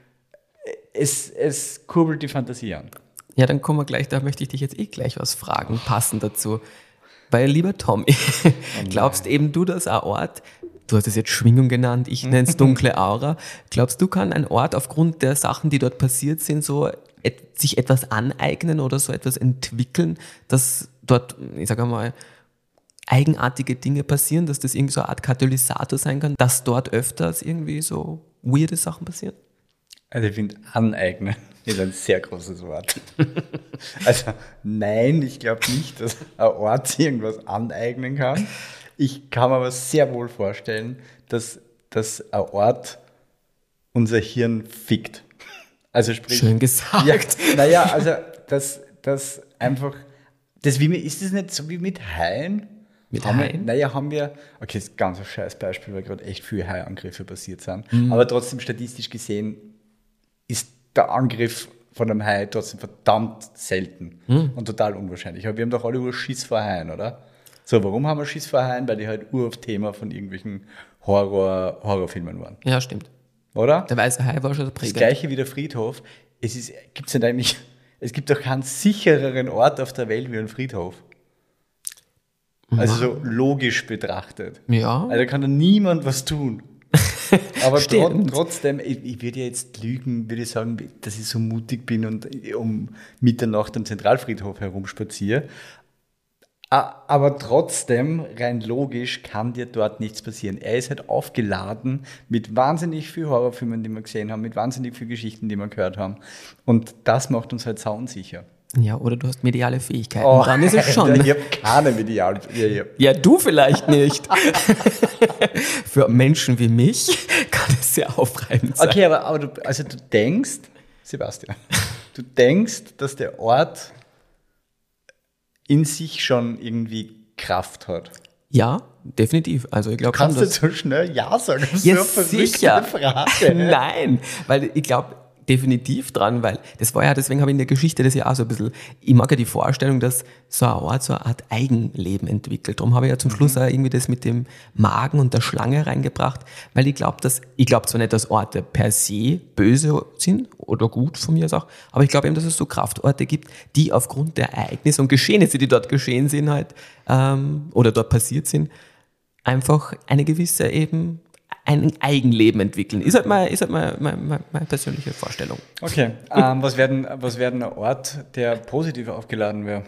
es, es kurbelt die Fantasie an. Ja, dann kommen wir gleich, da möchte ich dich jetzt eh gleich was fragen, passend dazu. Weil, lieber Tommy, oh glaubst eben du, dass ein Ort, du hast es jetzt Schwingung genannt, ich nenne es dunkle Aura, glaubst du, kann ein Ort aufgrund der Sachen, die dort passiert sind, so et- sich etwas aneignen oder so etwas entwickeln, dass dort, ich sage mal, eigenartige Dinge passieren, dass das irgendwie so eine Art Katalysator sein kann, dass dort öfters irgendwie so weirde Sachen passieren? Also ich finde, aneignen ist ein sehr großes Wort. Also nein, ich glaube nicht, dass ein Ort sich irgendwas aneignen kann. Ich kann mir aber sehr wohl vorstellen, dass, dass ein Ort unser Hirn fickt. Also sprich, schön gesagt. Ja, naja, also das, das einfach, das wie mir, ist das nicht so wie mit Haien? Mit haben Haien? Wir, naja, haben wir, okay, das ist ganz ein scheiß Beispiel, weil gerade echt viele Haiangriffe passiert sind, mhm. aber trotzdem statistisch gesehen ist der Angriff von einem Hai trotzdem verdammt selten mhm. und total unwahrscheinlich. Aber wir haben doch alle Uhr Schiss vor Haien, oder? So, warum haben wir Schiss vor Haien? Weil die halt urauf Thema von irgendwelchen Horror, Horrorfilmen waren. Ja, stimmt. Oder? Der weiße Hai war schon der prägend. Das gleiche wie der Friedhof. Es ist, gibt's nicht eigentlich, es gibt doch keinen sichereren Ort auf der Welt wie ein Friedhof. Also so logisch betrachtet. Ja. Also da kann da niemand was tun. Aber tro- trotzdem, ich, ich würde ja jetzt lügen, würde ich sagen, dass ich so mutig bin und um Mitternacht am Zentralfriedhof herumspaziere. Aber trotzdem, rein logisch, kann dir dort nichts passieren. Er ist halt aufgeladen mit wahnsinnig viel Horrorfilmen, die wir gesehen haben, mit wahnsinnig viel Geschichten, die wir gehört haben. Und das macht uns halt sauunsicher. Ja, oder du hast mediale Fähigkeiten. Oh, dann ist es schon. Alter, ich habe keine medialen Fähigkeiten. Ja, du vielleicht nicht. Für Menschen wie mich kann es sehr aufreibend sein. Okay, aber, aber du, also du denkst, Sebastian, du denkst, dass der Ort in sich schon irgendwie Kraft hat. Ja, definitiv. Also ich glaube, kannst du so schnell Ja sagen? Das ist ja, so eine verrückte sicher. Frage. Nein, weil ich glaube definitiv dran, weil das war ja, deswegen habe ich in der Geschichte das ja auch so ein bisschen, ich mag ja die Vorstellung, dass so ein Ort so eine Art Eigenleben entwickelt. Darum habe ich ja zum Schluss auch irgendwie das mit dem Magen und der Schlange reingebracht, weil ich glaube, dass, ich glaube zwar nicht, dass Orte per se böse sind oder gut von mir aus auch, aber ich glaube eben, dass es so Kraftorte gibt, die aufgrund der Ereignisse und Geschehnisse, die dort geschehen sind halt, ähm, oder dort passiert sind, einfach eine gewisse eben ein Eigenleben entwickeln. Ist halt mal, ist halt mal meine, meine, meine persönliche Vorstellung. Okay, ähm, was werden, was werden ein Ort, der positiv aufgeladen wäre?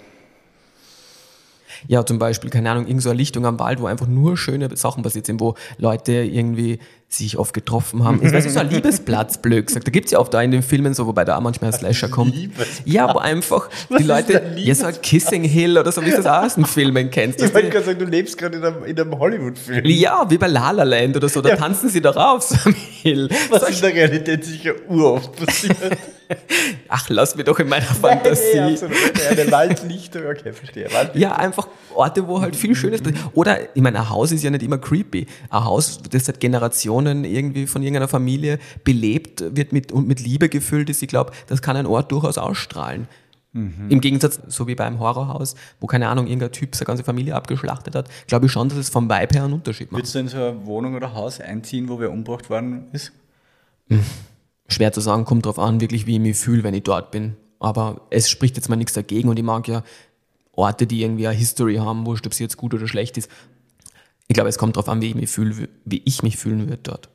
Ja, zum Beispiel, keine Ahnung, irgend so eine Lichtung am Wald, wo einfach nur schöne Sachen passiert sind, wo Leute irgendwie sich oft getroffen haben. Ich weiß nicht, so ein Liebesplatz, blöd gesagt. Da gibt's ja oft da in den Filmen so, wobei da auch manchmal ein Slasher kommt. Ja, wo einfach Was die Leute, ist ja, so ein Kissing Hill oder so, wie du das auch aus den Filmen kennst. Ich wollte gerade sagen, du lebst gerade in einem, in einem Hollywood-Film. Ja, wie bei La La Land oder so, da Ja. tanzen sie doch auf so einem Hill. Was Solch- in der Realität sicher uroft passiert. Ach, lass mich doch in meiner Fantasie. Nein, absolut. Eine Waldlichtung, okay, verstehe. Waldlichtung. Ja, einfach Orte, wo halt viel Schönes passiert. Oder, ich meine, ein Haus ist ja nicht immer creepy. Ein Haus, das seit Generationen irgendwie von irgendeiner Familie belebt wird mit, und mit Liebe gefüllt ist, ich glaube, das kann ein Ort durchaus ausstrahlen. Mhm. Im Gegensatz, so wie beim Horrorhaus, wo, keine Ahnung, irgendein Typ seine ganze Familie abgeschlachtet hat, glaube ich schon, dass es vom Vibe her einen Unterschied macht. Würdest du in so eine Wohnung oder Haus einziehen, wo wer umgebracht worden ist? Schwer zu sagen, kommt drauf an, wirklich, wie ich mich fühle, wenn ich dort bin. Aber es spricht jetzt mal nichts dagegen und ich mag ja Orte, die irgendwie eine History haben, wurscht, ob sie jetzt gut oder schlecht ist. Ich glaube, es kommt drauf an, wie ich mich fühle, wie ich mich fühlen würde dort.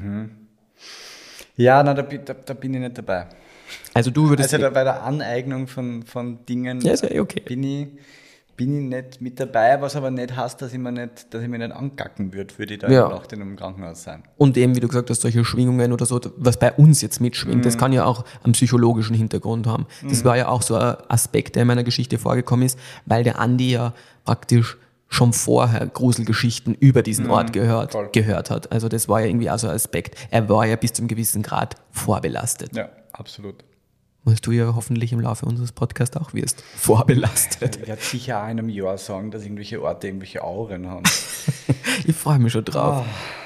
Ja, nein, da, bin- da, da bin ich nicht dabei. Also du würdest... Also da bei der Aneignung von, von Dingen ja, ist ja eh okay. bin, ich, bin ich nicht mit dabei, was aber nicht heißt, dass ich, mir nicht, dass ich mich nicht angacken würde, würde ich da Ja. ja. Nacht in einem Krankenhaus sein. Und eben, wie du gesagt hast, solche Schwingungen oder so, was bei uns jetzt mitschwingt, das kann ja auch einen psychologischen Hintergrund haben. Das war ja auch so ein Aspekt, der in meiner Geschichte vorgekommen ist, weil der Andi ja praktisch schon vorher Gruselgeschichten über diesen Ort gehört, voll. gehört hat. Also das war ja irgendwie auch so ein Aspekt. Er war ja bis zu einem gewissen Grad vorbelastet. Ja, absolut. Was du ja hoffentlich im Laufe unseres Podcasts auch wirst. Vorbelastet. Ich werde sicher auch in einem Jahr sagen, dass irgendwelche Orte irgendwelche Auren haben. Ich freue mich schon drauf. Oh.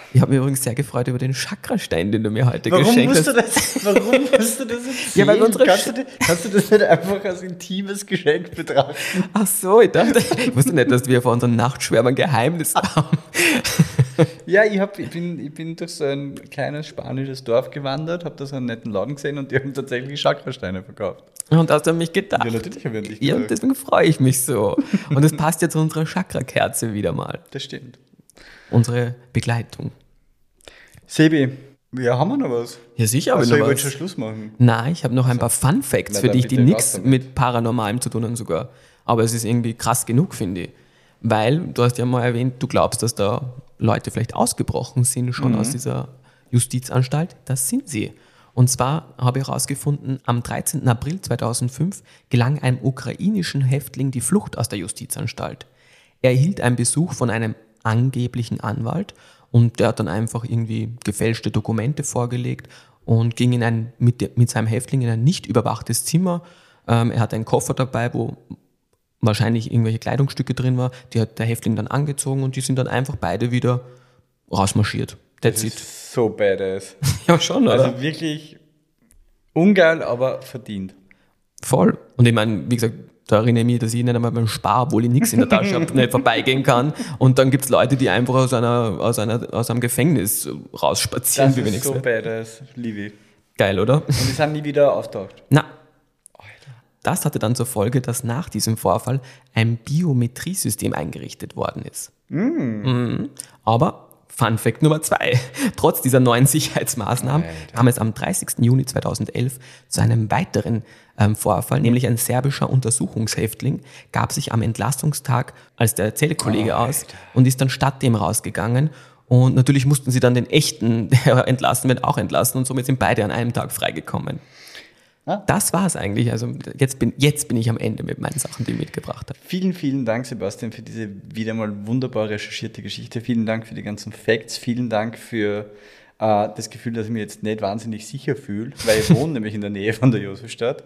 Ich habe mich übrigens sehr gefreut über den Chakrastein, den du mir heute Warum geschenkt musst hast. du das, warum musst du das erzählen? Ja, weil unsere kannst, du, das- kannst du das nicht einfach als intimes Geschenk betrachten? Ach so, ich dachte, ich wusste nicht, dass wir vor unseren Nachtschwärmern Geheimnis haben. Ja, ich, hab, ich, bin, ich bin durch so ein kleines spanisches Dorf gewandert, habe da so einen netten Laden gesehen und die haben tatsächlich Chakrasteine verkauft. Und hast du an mich gedacht? Ja, natürlich haben wir an dich Ja, und gedacht. deswegen freue ich mich so. Und es passt jetzt zu unserer Chakra-Kerze wieder mal. Das stimmt. Unsere Begleitung. Sebi, ja, haben wir noch was? Ja, sicher, aber Also, noch ich wollte was. schon Schluss machen. Nein, ich habe noch ein paar Fun Facts Na, für dann dich, die bitte nichts raus damit. mit Paranormalem zu tun haben sogar. Aber es ist irgendwie krass genug, finde ich. Weil, du hast ja mal erwähnt, du glaubst, dass da Leute vielleicht ausgebrochen sind schon Mhm. aus dieser Justizanstalt. Das sind sie. Und zwar habe ich herausgefunden, am dreizehnten April zweitausendfünf gelang einem ukrainischen Häftling die Flucht aus der Justizanstalt. Er erhielt einen Besuch von einem angeblichen Anwalt und der hat dann einfach irgendwie gefälschte Dokumente vorgelegt und ging in ein, mit, der- mit seinem Häftling in ein nicht überwachtes Zimmer. Ähm, er hatte einen Koffer dabei, wo wahrscheinlich irgendwelche Kleidungsstücke drin war. Die hat der Häftling dann angezogen und die sind dann einfach beide wieder rausmarschiert. That's Das it. ist so badass. Ja, schon, oder? Also wirklich ungeil, aber verdient. Voll. Und ich meine, wie gesagt, da erinnere ich mich, dass ich nicht einmal beim Spar, obwohl ich nichts in der Tasche habe, nicht vorbeigehen kann. Und dann gibt es Leute, die einfach aus, einer, aus, einer, aus einem Gefängnis rausspazieren, Das wie ist wenigstens. so badass, liebe ich. Geil, oder? Und die sind nie wieder auftaucht. Na, das hatte dann zur Folge, dass nach diesem Vorfall ein Biometriesystem eingerichtet worden ist. Mhm. Aber Fun Fact Nummer zwei. Trotz dieser neuen Sicherheitsmaßnahmen Alter. kam es am dreißigsten Juni zweitausendelf zu einem weiteren ähm, Vorfall, nämlich ein serbischer Untersuchungshäftling gab sich am Entlastungstag als der Zellkollege Oh, aus und ist dann statt dem rausgegangen. Und natürlich mussten sie dann den echten, der entlassen wird, auch entlassen und somit sind beide an einem Tag freigekommen. Ah. Das war es eigentlich. Also jetzt bin, jetzt bin ich am Ende mit meinen Sachen, die ich mitgebracht habe. Vielen, vielen Dank, Sebastian, für diese wieder mal wunderbar recherchierte Geschichte. Vielen Dank für die ganzen Facts. Vielen Dank für äh, das Gefühl, dass ich mich jetzt nicht wahnsinnig sicher fühle, weil ich wohne nämlich in der Nähe von der Josefstadt.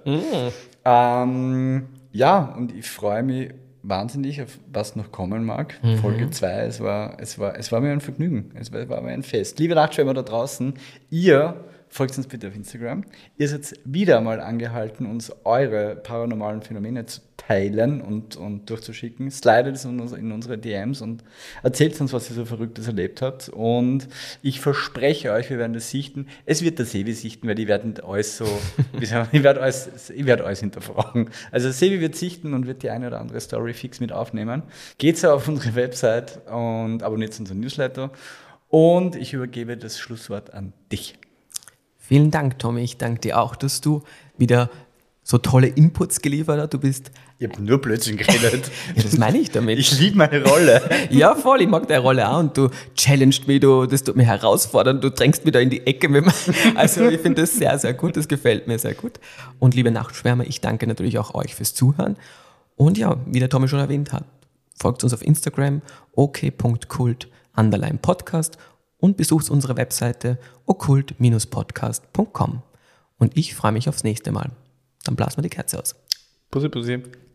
Ähm, ja, und ich freue mich wahnsinnig auf was noch kommen mag. Folge zwei, es war, es, war, es war mir ein Vergnügen. Es war, war mir ein Fest. Liebe Nachtschwärmer da draußen, ihr folgt uns bitte auf Instagram. Ihr seid wieder mal angehalten, uns eure paranormalen Phänomene zu teilen und, und durchzuschicken. Slidet es in unsere, in unsere D Ms und erzählt uns, was ihr so Verrücktes erlebt habt. Und ich verspreche euch, wir werden das sichten. Es wird der Sebi sichten, weil die werden alles so, wie sagen wir, ich werde alles, ich werde alles hinterfragen. Also Sebi wird sichten und wird die eine oder andere Story fix mit aufnehmen. Geht auf unsere Website und abonniert unseren Newsletter. Und ich übergebe das Schlusswort an dich. Vielen Dank, Tommy. Ich danke dir auch, dass du wieder so tolle Inputs geliefert hast. Du bist, Ich habe nur Blödsinn geredet. ja, das meine ich damit. Ich liebe meine Rolle. Ja, voll, ich mag deine Rolle auch und du challenged mich, du, das tut mich herausfordern, du drängst mich da in die Ecke. Mit mir. Also ich finde das sehr, sehr gut, das gefällt mir sehr gut. Und liebe Nachtschwärmer, ich danke natürlich auch euch fürs Zuhören. Und ja, wie der Tommy schon erwähnt hat, folgt uns auf Instagram, ok punkt kult underline podcast und besucht unsere Webseite okkult podcast punkt com. Und ich freue mich aufs nächste Mal. Dann blasen wir die Kerze aus. Pussy, Pussy.